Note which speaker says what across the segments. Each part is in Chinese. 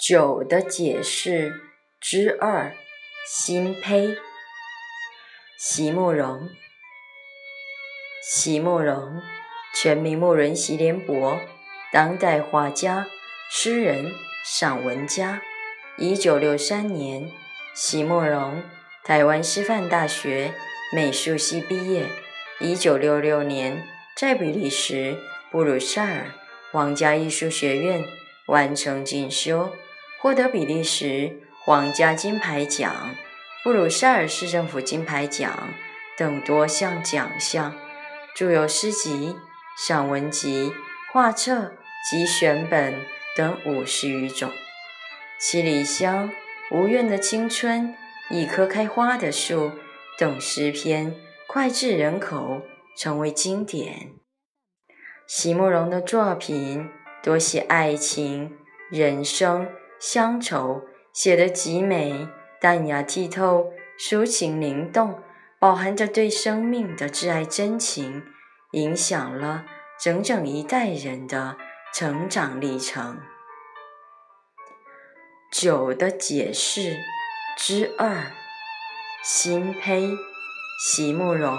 Speaker 1: 酒的解释之二：新胚。席慕容，席慕容，全名慕人席联博，当代画家、诗人、散文家。1963年，席慕容台湾师范大学美术系毕业。1966年，在比利时布鲁塞尔皇家艺术学院完成进修，获得比利时皇家金牌奖、布鲁塞尔市政府金牌奖等多项奖项，著有诗集、散文集、画册及选本等50余种。七里香、无怨的青春、一棵开花的树等诗篇脍炙人口，成为经典。席慕容的作品多写爱情、人生、乡愁，写得极美，淡雅剔透，抒情灵动，饱含着对生命的挚爱真情，影响了整整一代人的成长历程。酒的解释之二：新胚。席慕容。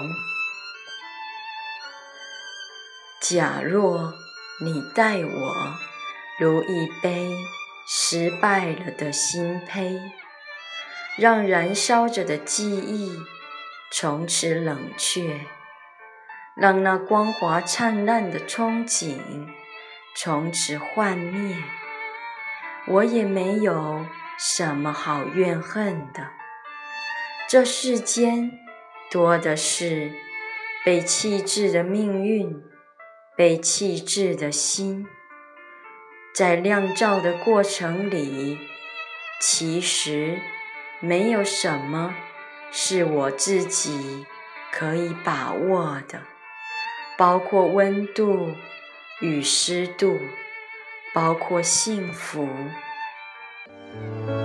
Speaker 1: 假若你待我如一杯失败了的新胚，让燃烧着的记忆从此冷却，让那光华灿烂的憧憬从此幻灭，我也没有什么好怨恨的。这世间多的是被弃置的命运，被弃置的心。在酿造的过程里，其实没有什么是我自己可以把握的，包括温度与湿度，包括幸福。